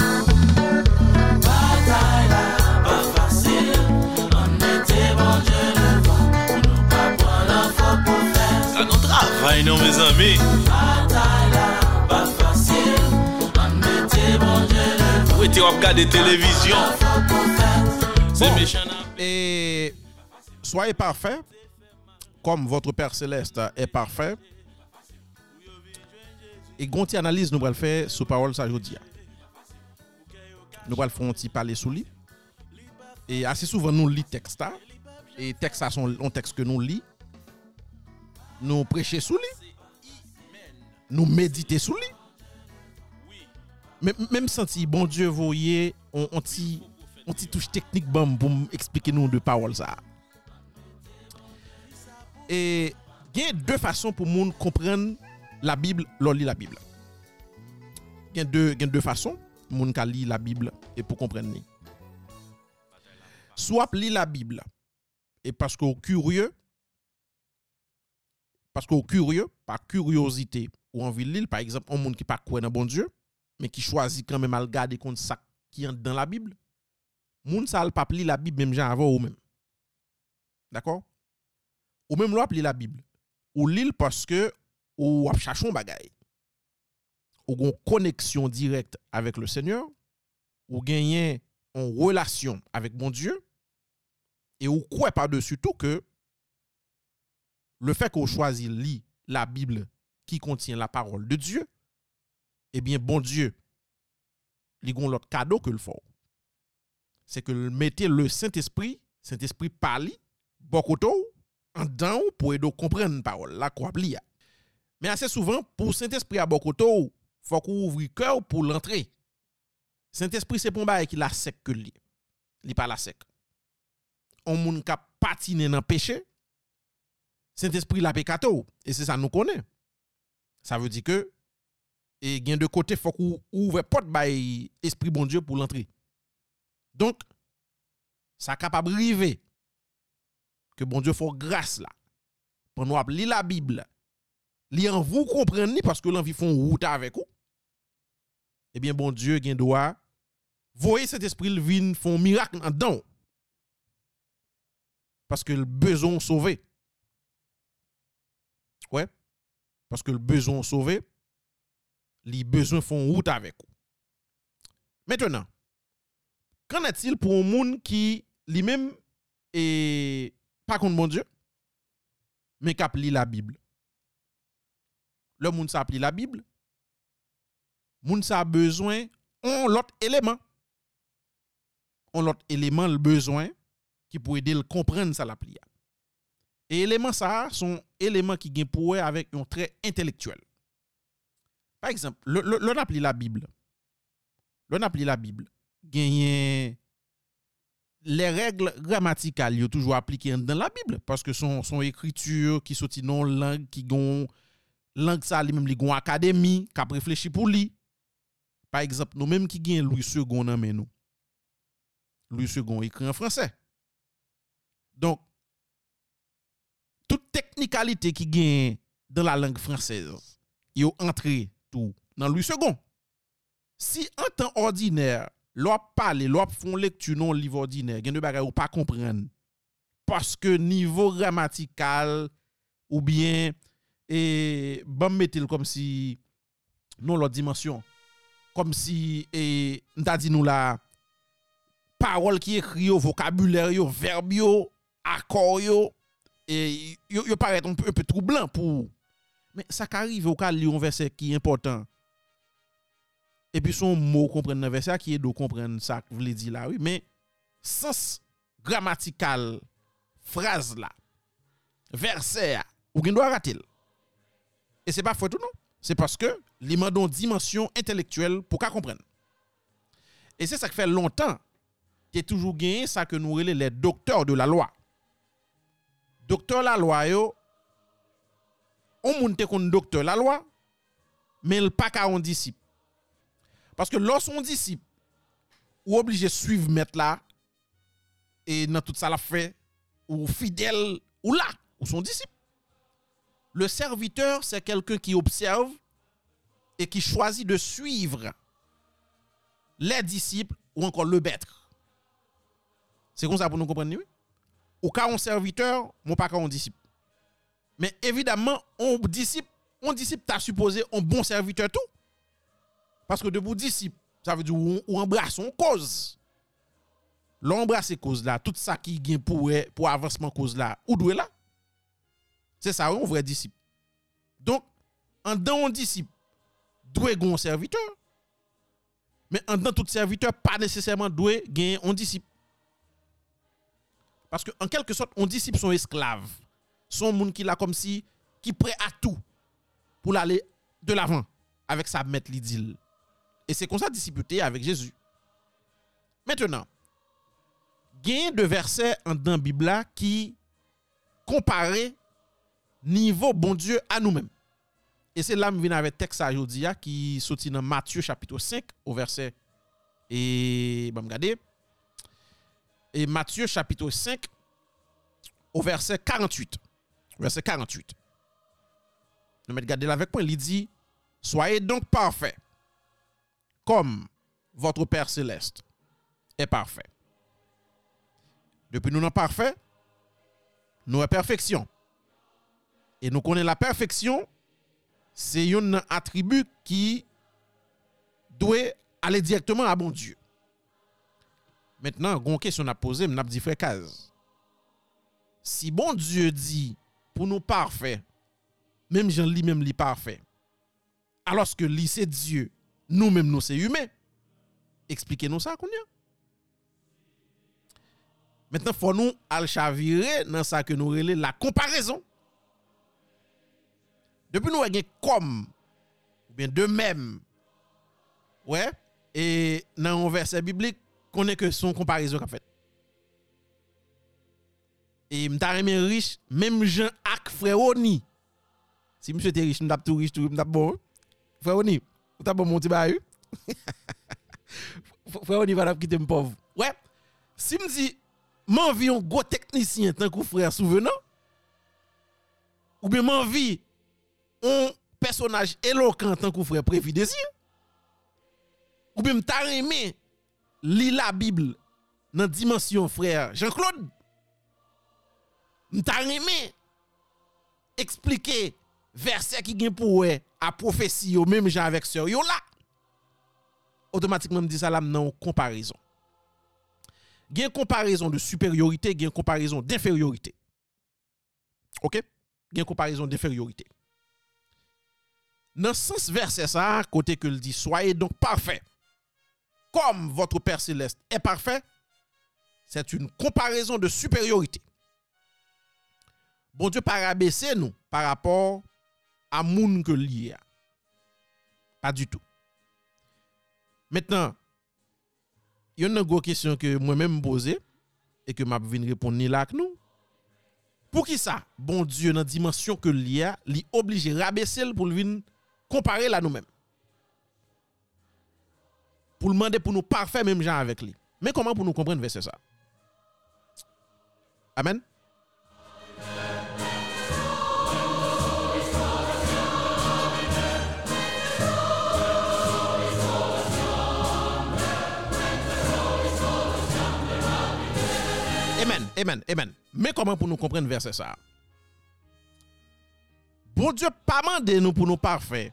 Bataille là, pas facile. On était bon Dieu devant, pour nous pas prendre la faute pour faire. Ça nous travaille non mes amis. Où était regarder télévision? C'est Bon. méchant. Et soyez parfaits comme votre Père Céleste est parfait. Et gonti analyse nous allons faire sous parole ça aujourd'hui. Nous allons faire un petit parler sous lui. Et assez souvent nous lit texte et texte ça sont un texte que nous lit. Nous prêcher sous lui. Nous méditer sous lui. Même senti bon Dieu voyez on on ti on ti touche technique bam pour expliquer nous de parole ça. Et il y a deux façons pour monde comprendre la Bible, leur lire la Bible. Il y a deux il y a deux façons monde ka lire la Bible et pour comprendre. Soit lire la Bible et parce qu'on curieux parce qu'on curieux par curiosité ou envie de lire par exemple un monde qui pas croire dans bon Dieu mais qui choisit quand même à regarder contre ça qui entre dans la Bible, moun ça pas lire la Bible même gens avant ou même. D'accord? Ou même l'op lire la Bible. Ou lire parce que ou cherchon bagay. Ou gon connexion directe avec le Seigneur, ou gagner en relation avec mon Dieu et ou croit par-dessus tout que le fait qu'on choisit lire la Bible qui contient la parole de Dieu, eh bien, bon Dieu, il y a l'autre cadeau que le faut. C'est que mettez le Saint-Esprit, Saint-Esprit parle, beaucoup en dedans pour aider à comprendre la parole, la quoi plia. Mais assez souvent, pour Saint-Esprit à beaucoup il faut qu'on ouvre le cœur pour l'entrer. Saint-Esprit, c'est pour bail qui la sec que li. Li pas la sec. On moun ka patiner dans péché. Saint-Esprit la pécato et c'est ça nous connaît. Ça veut dire que et gain de côté faut qu'on ouvre porte bail esprit bon Dieu pour l'entrer. Donc ça capable river que bon Dieu faut grâce là. Pendant qu'on lit la Bible, li en vous comprendre parce que l'envie font route avec vous. Eh bien bon Dieu gen doit voyer cet esprit le vin font miracle en dedans. Parce que le besoin sauvé. Ouais. Parce que le besoin sauvé, les besoins font route avec vous. Maintenant, qu'en est-il pour un monde qui lui-même est pas contre bon Dieu, mais qui applique la Bible? Le monde s'applique la Bible, monde ça a besoin on l'autre élément. On l'autre élément le besoin qui pour aider le comprendre ça l'appli. Et éléments ça sont éléments qui gagnent pour avec un trait intellectuel. Par exemple, le le, le appli la Bible. Le appli la Bible gagne les règles grammaticales yo toujours appliquées dans la Bible parce que son son écriture qui sorti non langue qui gon langue ça lui même li gon académie qui a réfléchi pour lui. Par exemple, nous même qui gagne Louis second nan men nous. Louis second écrit en français. Donc toute technicalité qui gagne dans la langue française, yo entré tout dans Louis second. Si en temps ordinaire, l'on parle, l'on font lecture non livre ordinaire, gen de bagay ou pas comprendre parce que niveau grammatical ou bien et bon mettre comme si non l'autre dimension comme si et n'ta dit nous la parole qui écrit yo vocabulaire yo verbe yo accord yo et yo, yo paraît un peu, un peu troublant pour mais ça qu'arrive au cas lire un verset qui est important et puis son mot comprendre dans verset qui est de comprendre ça que vous voulez dire là oui mais sens grammatical phrase là verset ou gen doit rater et c'est pas faute non c'est parce que li mandon dimension intellectuelle pour qu'à comprendre et c'est ça qui fait longtemps qui est toujours gagné ça que nous relais les docteurs de la loi docteur la loi yo on monte kon docteur la loi mais il pas ka on disciple parce que lorsqu'on disciple ou obligé suivre mettre là et dans tout ça la fait ou fidèle ou là ou son disciple. Le serviteur c'est quelqu'un qui observe et qui choisit de suivre les disciples ou encore le maître. C'est comme ça pour nous comprendre oui. Au cas un serviteur, mon pas un disciple. Mais évidemment, on disciple, on disciple t'a supposé un bon serviteur tout. Parce que de vous disciple, ça veut dire on, on embrasse une cause. L'embrasse cause là, tout ça qui gagne pour pour avancement cause là, ou doit là. C'est ça un vrai disciple. Donc en dans un disciple doit un serviteur. Mais en dans tout serviteur pas nécessairement doit gagner un disciple. Parce que en quelque sorte, on disciple son esclave. Son monde qui là comme si qui prêt à tout pour aller de l'avant avec sa maître l'idylle. Et c'est comme ça disciputé avec Jésus. Maintenant, gain de versets en dans Bible là qui compare niveau bon Dieu à nous-mêmes. Et c'est là que je viens avec texte aujourd'hui qui sorti dans Matthieu chapitre cinq au verset et bon regardez et Matthieu chapitre cinq au verset quarante-huit. Verset quarante-huit. Nous mettons garder avec moi, il dit soyez donc parfaits comme votre Père céleste est parfait. Depuis nous sommes parfaits, nous avons perfection. Et nous connaissons la perfection, c'est un attribut qui doit aller directement à bon Dieu. Maintenant, une question à poser, je dit frère Kaz. Si bon Dieu dit pour nous parfaits, même Jean lit même li parfait. Alors que lui c'est Dieu, nous-mêmes nous c'est humains. Expliquez-nous ça qu'on y. Maintenant faut nous al chavirer dans ça que nous relais la comparaison. Depuis nous avons comme ou bien de même. Ouais, et dans un verset biblique connaît que son comparaison qu'a fait. Et m'ta remè riche même Jean ak frère Oni. Si monsieur était riche, m'ta tout riche tout m'ta bon. Frère Oni, ou ta bon mon petit baïu. Frère Oni va quitter me pauvre. Ouais. Si me dit m'envie un gros technicien tant que frère souvenant ou bien m'envie un personnage éloquent tant que frère Préfi Désir ou bien m'ta aimé lire la Bible dans dimension frère Jean-Claude m'ta aimé expliquer verset qui gagne pour à prophétie au même genre avec sœur yo là automatiquement me dit ça là non comparaison. Gen comparaison de supériorité, gen comparaison d'infériorité. OK? Gen comparaison d'infériorité. Dans ce sens verset ça, côté que le dit soyez donc parfaits comme votre Père céleste est parfait, c'est une comparaison de supériorité. Bon Dieu pas rabaisser nous par rapport à moun que lié. Pas du tout. Maintenant, il y a une grosse question que moi-même me poser et que m'a venir répondre ni là avec nous. Pour qui ça? Bon Dieu dans dimension que lié, li obligé rabaisser pour venir comparer là nous-mêmes. Pour le demander pour nous parfaits même gens avec lui. Mais comment pour nous comprendre verset ça? Amen. Amen, amen, amen. Mais comment pour nous comprendre verset ça? Bon Dieu pas mandé nous pour nous parfaits.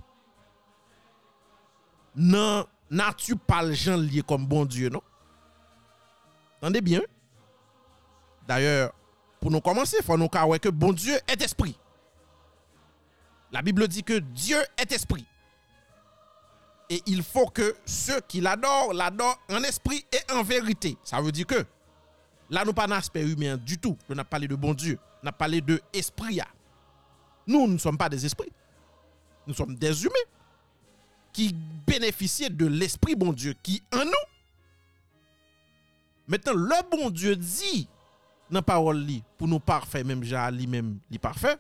Non, nature pas le gens lié comme bon Dieu, non? Entendez bien? D'ailleurs, pour nous commencer, il faut nous savoir que bon Dieu est esprit. La Bible dit que Dieu est esprit. Et il faut que ceux qui l'adorent, l'adorent en esprit et en vérité. Ça veut dire que là, nous pas un aspect humain du tout. On a parlé de bon Dieu. On a parlé de esprit. Nous ne sommes pas des esprits. Nous sommes des humains qui bénéficient de l'esprit bon Dieu qui en nous. Maintenant, le bon Dieu dit dans la parole li, pour nous parfaits, même Jean lui-même li parfait,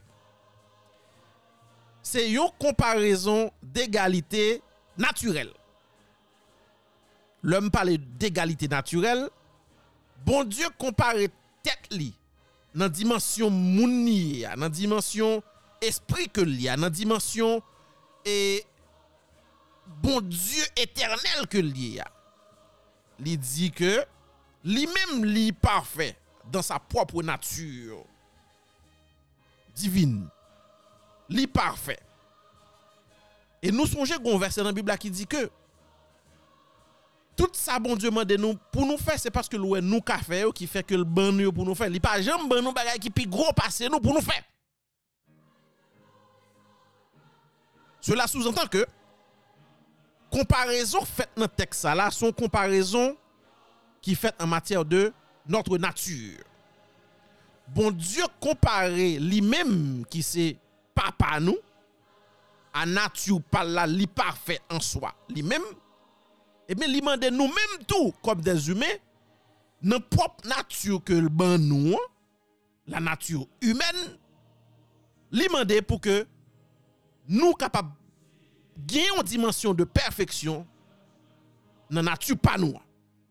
c'est une comparaison d'égalité naturelle. L'homme parle d'égalité naturelle. Bon Dieu compare tête li dans dimension mouni, dans dimension esprit que li, dans dimension et bon Dieu éternel que li a. Li dit que lui-même li parfait dans sa propre nature divine. Li parfait. Et nous songeons qu'on verset dans la Bible qui dit que tout ça bon Dieu mande nous pour nous faire c'est parce que nous nous ka faire qui fait que le ban nous pour nous faire. Li pas jamais ban nous bagay qui pi gros passer nous pour nous faire. Cela sous-entend que comparaison faite dans texte ça là sont comparaison qui fait en matière de notre nature. Bon Dieu comparé lui-même qui c'est papa nous à nature par là li parfait en soi. Lui-même et bien li mande nous-mêmes tout comme des humains dans propre nature que le ban nous la nature humaine li mande pour que nous capables gagner une dimension de perfection dans la nature pas nous.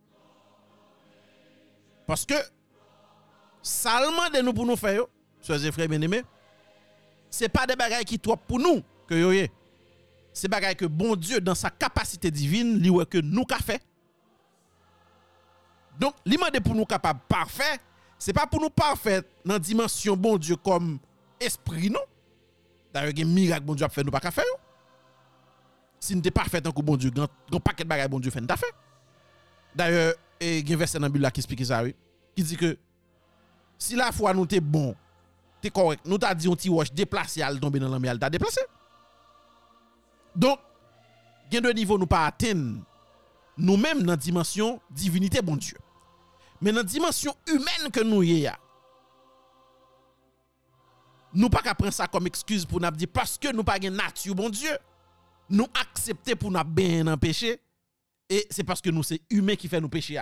Parce que seulement de nous pour nous faire, chers et frères bien-aimés, c'est pas des bagailles qui trop pour nous que yo yé. C'est bagailles que bon Dieu dans sa capacité divine li wè que nous qu'a fait. Donc, li mande pour nous capable parfait, c'est pas pour nous parfait dans dimension bon Dieu comme esprit non. D'ailleurs, il y a un miracle bon Dieu a fait nous pas qu'a faire. Si nous t'es parfait tant que bon Dieu, grand paquet de bagailles bon Dieu fait nous t'a fait. D'ailleurs, il y a un verset dans la Bible qui explique ça, oui, qui dit que si la foi nous t'es bon, t'es correct, nous t'a dit on t'y wash déplacer à tomber dans la mer, t'a déplacé. Donc, il y a deux niveaux nous pas atteindre nous-mêmes dans la dimension divinité bon Dieu. Mais dans la dimension humaine que nous y a, nous pas qu'à prendre ça comme excuse pour nous dire parce que nous pas une nature bon Dieu, nous accepter pour nous bien en péché et c'est parce que nous c'est humain qui fait nous pécher.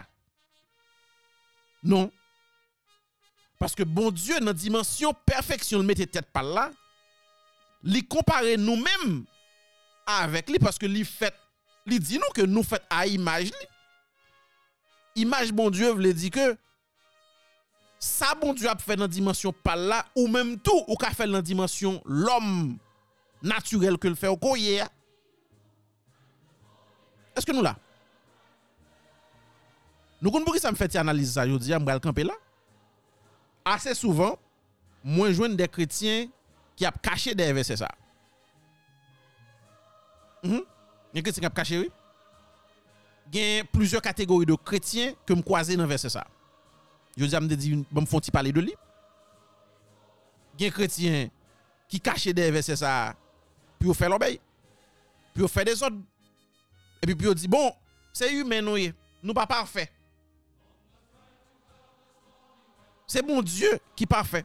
Non. Parce que bon Dieu dans dimension perfection, le mettez tête par là, li comparer nous-mêmes avec lui parce que li fait li dit nous que nous fait à image li. Image bon Dieu veut dire que ça bon Dieu a fait dans dimension par là ou même tout ou qu'a fait dans dimension l'homme naturel que le fait au koye. Est-ce que nous là? Nous connaissons pour ça me fait analyse ça, je dis à m'bral camper là. Assez souvent, moi joindre des chrétiens qui a caché des versets ça. Mhm. Les chrétiens qui a caché oui. Il y a plusieurs catégories de chrétiens que me croiser dans verset ça. Je dis à me dire bon me font parler de lui. Il y a chrétiens qui cachent des versets ça puis on fait l'obéi. Puis on fait des ordres. Et puis puis on dit bon, c'est humain nous nous pas parfait. C'est bon Dieu qui est parfait.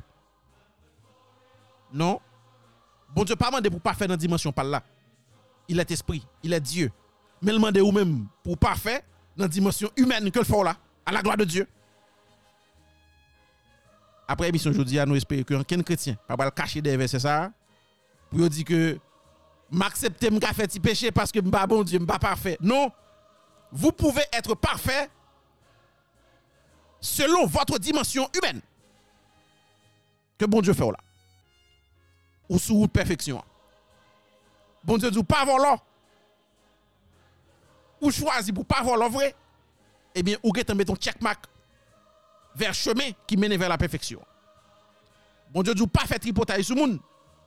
Non. Bon Dieu pas demandé pour parfait dans dimension par là. Il est esprit, il est Dieu. Mais il demande ou même pour parfait dans dimension humaine que le fait là, à la gloire de Dieu. Après émission aujourd'hui, nous espérons que aucun chrétien pas va cacher des versets ça pour dire que m'accepter m'ka fait petit péché parce que m'pas bon Dieu, m'pas parfait. Non. Vous pouvez être parfait selon votre dimension humaine. Que bon Dieu fait là. Ou sous route perfection. Bon Dieu dit pas voler. Ou choisi pour pas voler vrai. Eh bien, ou get mettre ton checkmark vers chemin qui mène vers la perfection. Bon Dieu dit pas faire tripotage sur monde.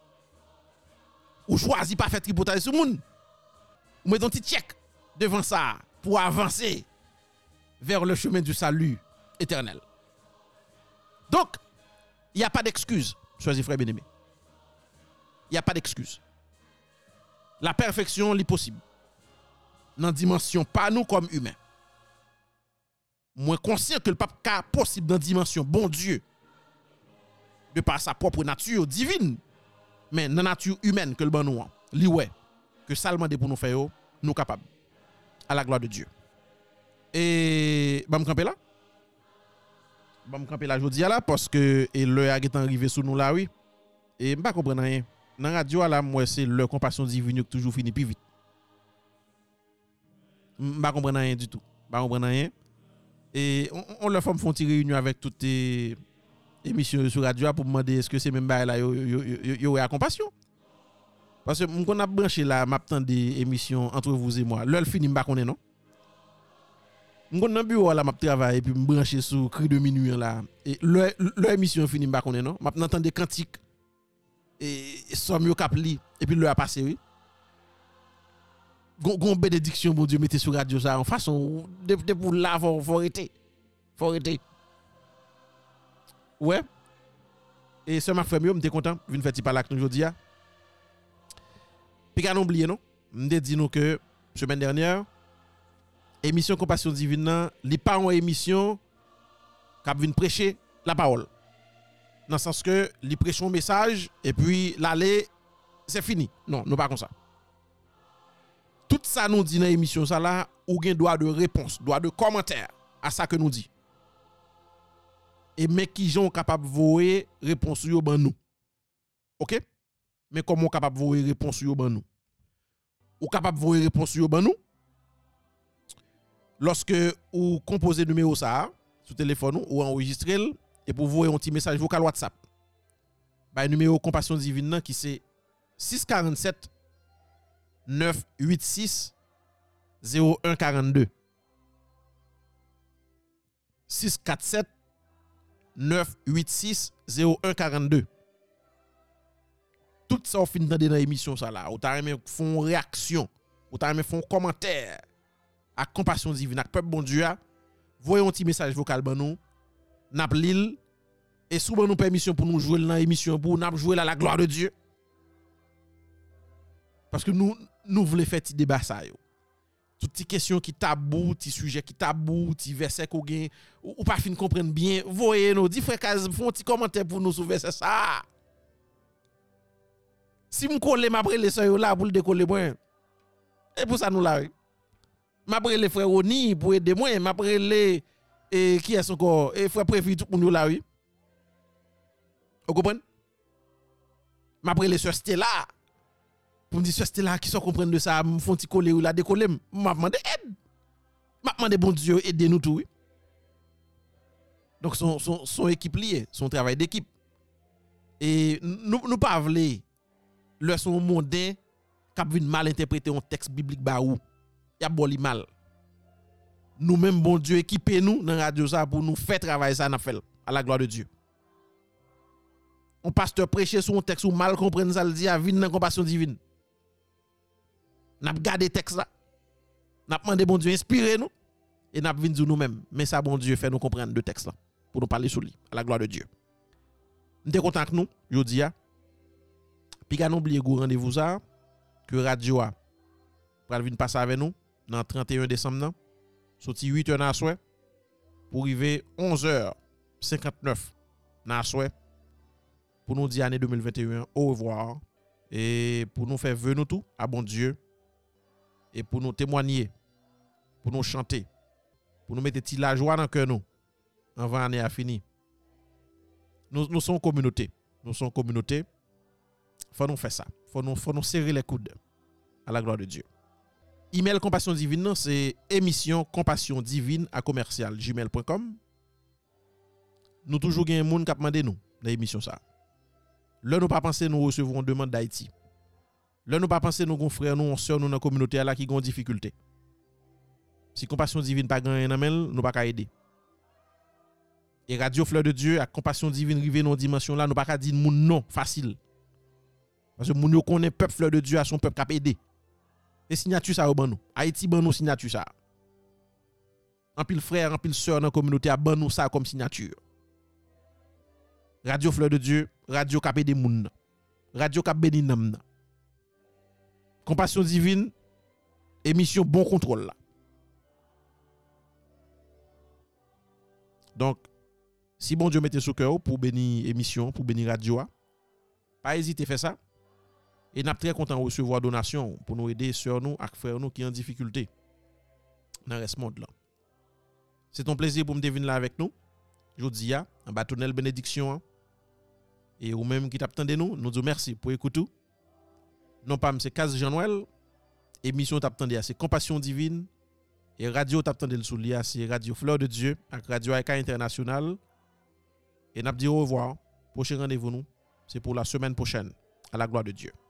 Ou choisi pas faire tripotage sur monde. Ou met ton petit check devant ça pour avancer vers le chemin du salut éternel. Donc, il n'y a pas d'excuse, choisi frère bien-aimé. Il n'y a pas d'excuse. La perfection est possible. Dans la dimension, pas nous comme humains. Moi, conscient que le pape est possible dans la dimension, bon Dieu, de par sa propre nature divine, mais dans la nature humaine que le bon nous, li ouais, que seulement pour nous faire, nous capables. À la gloire de Dieu. Et, bah, me camper là? Bah, me camper là, je dis là, parce que l'heure est arrivé sous nous là, oui. Et je ne comprends rien. Dans la radio, là, moi, c'est leur compassion divine qui toujours finit plus vite. Je ne comprends rien du tout. Je ne comprends rien. Et on, on leur fait une réunion avec toutes les émissions sur la radio pour me demander est-ce que c'est même là, il y aurait la compassion. Parce que on a branché là, m'attend des émissions entre vous et moi. L'heure fini, je ne connais non. On a un bureau là, m'a travaillé et puis me branché sur cri de minuit là. Et l'heure émission fini, je ne connais non. M'attend des cantiques. Et ça mieux capli et puis le a passé oui gon bénédiction bon Dieu mettez sur radio ça en façon de, de pour là faut faut arrêter faut arrêter ouais et ça m'a fait mieux m'était content vinn faire petit parler aujourd'hui puis qu'on oublier non m'était dit nous que semaine dernière émission compassion divine li pas en émission qu'a vinn prêcher la parole. Dans le sens que li prêche un message et puis l'aller c'est fini. Non, nous pas comme ça. Tout ça nous dit dans l'émission ça là, ou gen droit de réponse, droit de commentaire à ça que nous dit. Et mais qui sont capable voyer réponse yo ban nous. OK? Mais comment capable voyer réponse yo ban nous? Ou capable voyer réponse yo ban nous? Lorsque ou composez numéro ça sur téléphone ou enregistrer et pour vous un petit message vocal WhatsApp. Bah numéro compassion divine qui c'est six quatre sept neuf huit six zéro un quatre deux. six quatre sept neuf huit six zéro un quatre deux. Tout ça au fin de dans l'émission ça là, ou ta même font réaction, ou ta même font commentaire à compassion divine, à peuple bon Dieu, voyez un petit message vocal ban nous, n'a l'île et souvent nous permission pour nous jouer dans l'émission pour nous jouer à la gloire de Dieu. Parce que nous nous voulons faire petit débat ça yo. Toutes les questions qui tabou, petits sujets qui tabou, petits versets qu'on gagne ou pas fin comprendre bien, voyez nous dit frère Kaz font un petit commentaire pour nous sur verset ça. Si me coller m'a brûler ça yo là pour le décoller moi. Et pour ça nous là. M'a brûler frère Oni pour aider moi, m'a brûler et qui est encore et frère prévu tout monde là oui. Vous comprenez? M'a brûler sœur Stella. Pour me dire sœur Stella qui sont comprendre de ça, me font petit coller ou la décoller, m'a demandé aide. M'a demandé bon Dieu aider nous tout oui. Donc son son son équipe liée, son travail d'équipe. Et nous nous pas vle le son mondain qui vient mal interpréter un texte biblique ba ou. Y a boli mal. Nous même bon Dieu équipé nous dans radio ça pour nous faire travailler ça n'a fait à la gloire de Dieu. On pasteur prêcher sur un texte ou mal comprendre ça le dit à vinn dans compassion divine. N'a gardé texte là. N'a demandé bon Dieu inspirer nous et n'a vinn dire nous-mêmes mais ça bon Dieu fait nous comprendre de texte là pour nous parler sur lui à la gloire de Dieu. Nous content avec nous jodi a. Puis ga n'oublier go rendez-vous ça que radio a pral vinn passer avec nous dans trente et un décembre nan. Sorti huit heures dans soir pour arriver onze heures cinquante-neuf dans soir pour nous dire année deux mille vingt et un au revoir et pour nous faire vœu nous tout à bon Dieu et pour nous témoigner, pour nous chanter, pour nous mettre petit la joie dans cœur nous avant l'année à fini. Nous nous sommes communauté, nous sommes communauté. Faut nous faire ça, faut nous faut nous serrer les coudes à la gloire de Dieu. Email Compassion Divine, c'est émission compassion divine à commercial gmail point com. Nous toujours gen moun k'ap mande nous dans émission ça. Là nous pas penser nous recevrons une demande d'Haïti. Là nous pas penser nous gon frère nous on sœur nous dans communauté là qui gon difficulté. Si Compassion Divine pas gagné nan mel, nous pas ka aider. Et Radio Fleur de Dieu à Compassion Divine rivé dans dimension là, nous pas ka dire moun non facile. Parce que moun yo connaît peuple Fleur de Dieu à son peuple k'ap aider. Et signature ça au ban nous. Haïti ban nous signature ça. En pile frère, en pile sœur dans la communauté a ban nous ça comme signature. Radio Fleur de Dieu, radio k'ap aider moun. Radio k'ap béni nam. Compassion Divine, émission bon contrôle là. Donc si bon Dieu mettez sous cœur pour bénir émission, pour bénir radio, pas hésiter faire ça. Et nous sommes très contents de recevoir donation pour nous aider sœurs nous et frères nous qui sont en difficulté dans le monde là. C'est un plaisir pour me venir là avec nous. Je dis à un bâtonnel bénédiction et ou même qui t'attendez nous, nous disons merci pour écouter. Non pas c'est Case Jean-Noël, émission t'attendez c'est Compassion Divine et radio t'attendez le sous lia c'est Radio Fleur de Dieu avec Radio A K International. Et nous dit au revoir. Prochain rendez-vous nous, c'est pour la semaine prochaine. À la gloire de Dieu.